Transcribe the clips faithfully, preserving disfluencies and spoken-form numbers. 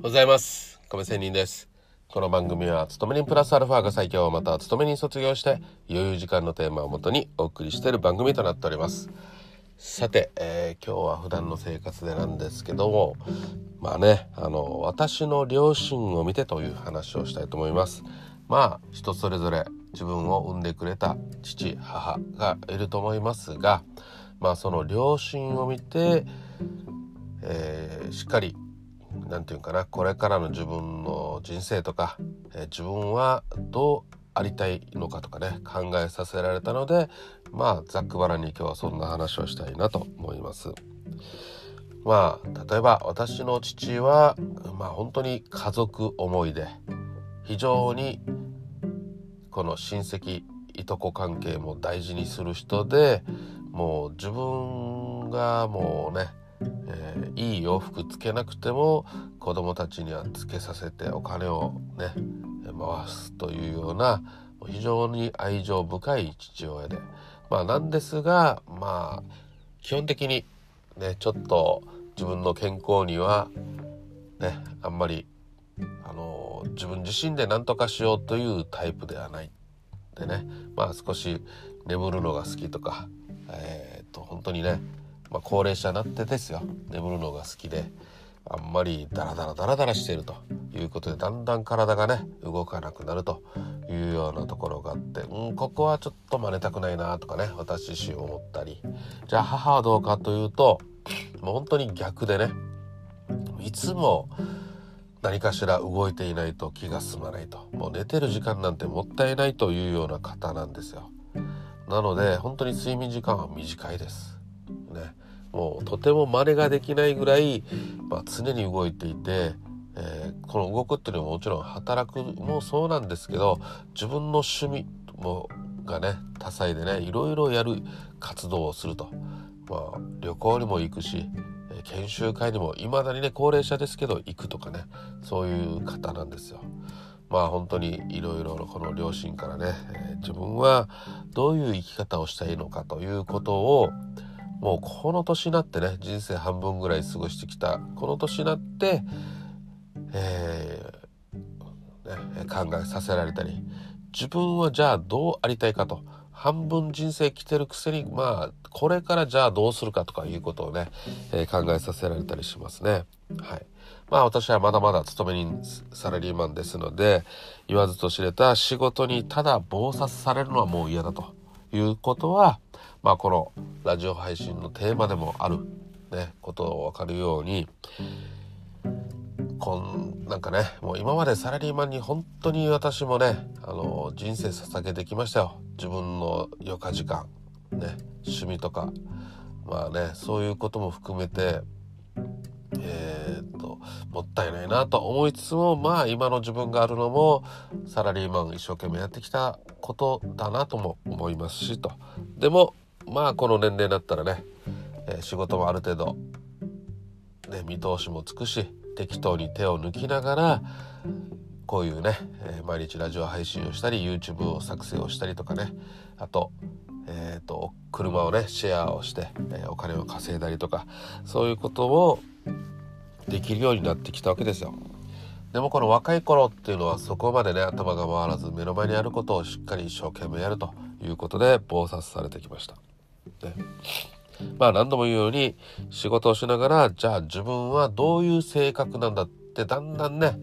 ございます。亀仙人です。この番組は勤め人プラスアルファが最強、または勤め人卒業して余裕時間のテーマをもとにお送りしている番組となっております。さて、えー、今日は普段の生活でなんですけども、まあね、あの私の両親を見てという話をしたいと思います。まあ人それぞれ自分を産んでくれた父母がいると思いますが、まあその両親を見て、えー、しっかりなんていうかな、これからの自分の人生とか、えー、自分はどうありたいのかとかね、考えさせられたので、まあざっくばらんに今日はそんな話をしたいなと思います。まあ例えば私の父はまあ本当に家族思いで、非常にこの親戚いとこ関係も大事にする人で、もう自分がもうね、えー、いい洋服つけなくても子供たちにはつけさせてお金をね回すというような非常に愛情深い父親で、まあなんですが、まあ基本的にねちょっと自分の健康にはねあんまりあの自分自身で何とかしようというタイプではないでね、まあ少し眠るのが好きとか、えー、っと本当にね、まあ、高齢者になってですよ、眠るのが好きで、あんまりダラダラダラダラしているということで、だんだん体がね動かなくなるというようなところがあって、うんここはちょっと真似たくないなとかね、私自身思ったり、じゃあ母はどうかというと、もう本当に逆でね、いつも何かしら動いていないと気が済まないと、もう寝てる時間なんてもったいないというような方なんですよ。なので本当に睡眠時間は短いですね。もうとても真似ができないぐらい、まあ、常に動いていて、えー、この動くっていうのはもちろん働くもそうなんですけど、自分の趣味もがね多彩でね、いろいろやる活動をすると、まあ、旅行にも行くし、研修会にもいまだにね高齢者ですけど行くとかね、そういう方なんですよ。まあ本当にいろいろこの両親からね、えー、自分はどういう生き方をしたらいいのかということを、もうこの年になってね、人生半分ぐらい過ごしてきたこの年になって、えーね、考えさせられたり、自分はじゃあどうありたいかと、半分人生来てるくせに、まあこれからじゃあどうするかとかいうことをね、えー、考えさせられたりしますね。はい。まあ私はまだまだ勤め人サラリーマンですので、言わずと知れた仕事にただ忙殺されるのはもう嫌だということは、まあこのラジオ配信のテーマでもあるねことを分かるように、こんなんかね、もう今までサラリーマンに本当に私もね、あの人生捧げてきましたよ。自分の余暇時間ね、趣味とか、まあね、そういうことも含めて、えー、っともったいないなと思いつつも、まあ今の自分があるのもサラリーマン一生懸命やってきたことだなとも思いますしと。でもまあこの年齢になったらね、えー、仕事もある程度ね見通しもつくし、適当に手を抜きながらこういうね、えー、毎日ラジオ配信をしたり YouTube を作成をしたりとかね、あとえー、と車をねシェアをして、えー、お金を稼いだりとか、そういうことをできるようになってきたわけですよ。でもこの若い頃っていうのはそこまでね頭が回らず、目の前にあることをしっかり一生懸命やるということで忙殺されてきました、ね。まあ何度も言うように仕事をしながら、じゃあ自分はどういう性格なんだってだんだんね、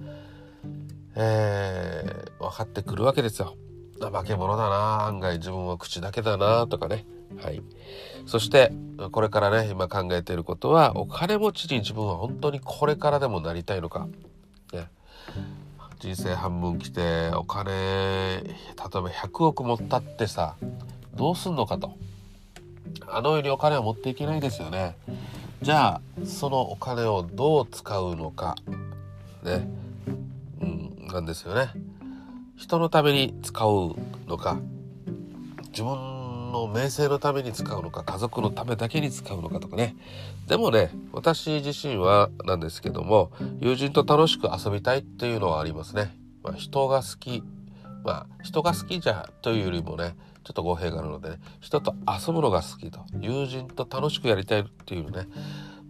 えー、分かってくるわけですよ。怠け者だな、案外自分は口だけだなとかね。はい。そしてこれからね今考えていることは、お金持ちに自分は本当にこれからでもなりたいのか、ね、人生半分来てお金例えばひゃくおく持ったってさ、どうすんのかと。あの世にお金は持っていけないですよね。じゃあそのお金をどう使うのかね、うん、なんですよね。人のために使うのか、自分の名声のために使うのか、家族のためだけに使うのかとかね。でもね、私自身はなんですけども、友人と楽しく遊びたいっていうのはありますね。まあ、人が好き、まあ人が好きじゃというよりもね、ちょっと語弊があるのでね、人と遊ぶのが好きと、友人と楽しくやりたいっていうね、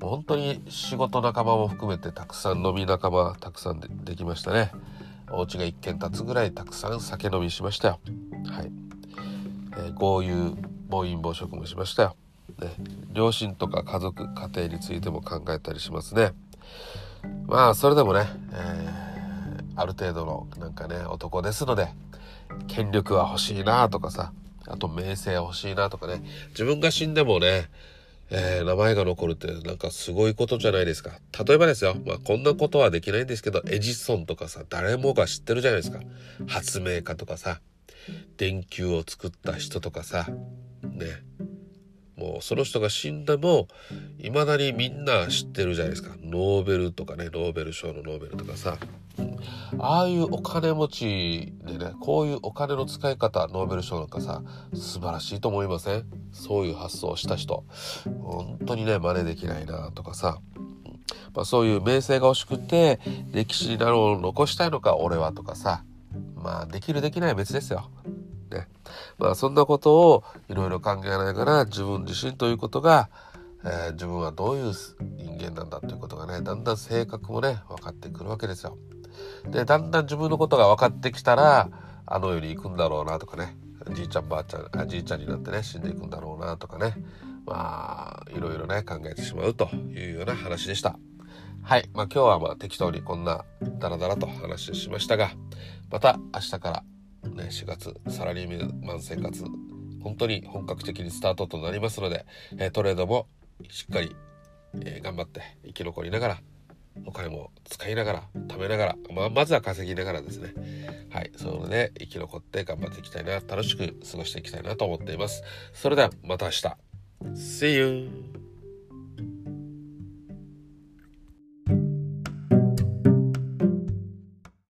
もう本当に仕事仲間も含めてたくさん飲み仲間たくさん で, できましたね。お家が一軒建つぐらいたくさん酒飲みしましたよ。はい、えー、豪遊暴飲暴食もしましたよ、ね、両親とか家族家庭についても考えたりしますね。まあそれでもね、えー、ある程度のなんかね男ですので権力は欲しいなとかさ、あと名声欲しいなとかね、自分が死んでもね、えー、名前が残るってなんかすごいことじゃないですか。例えばですよ、まあこんなことはできないんですけど、エジソンとかさ、誰もが知ってるじゃないですか。発明家とかさ、電球を作った人とかさね、もうその人が死んでも未だにみんな知ってるじゃないですか。ノーベルとかね、ノーベル賞のノーベルとかさ、ああいうお金持ちでね、こういうお金の使い方、ノーベル賞なんかさ、素晴らしいと思いません？そういう発想をした人本当にね真似できないなとかさ、まあ、そういう名声が欲しくて歴史になるものを残したいのか俺はとかさ、まあできるできないは別ですよ、ね、まあそんなことをいろいろ考えながら自分自身ということが、えー、自分はどういう人間なんだということがね、だんだん性格もね分かってくるわけですよ。でだんだん自分のことが分かってきたらあの世に行くんだろうなとかね、じいちゃんばあちゃんあじいちゃんになってね死んでいくんだろうなとかね、まあいろいろね考えてしまうというような話でした。はい、まあ今日はまあ適当にこんなダラダラと話しましたが、また明日からねしがつサラリーマン生活本当に本格的にスタートとなりますので、えー、トレードもしっかり、えー、頑張って生き残りながらお金も使いながら貯めながら、まあ、まずは稼ぎながらですね、はい、そういうので生き残って頑張っていきたいな、楽しく過ごしていきたいなと思っています。それではまた明日 See you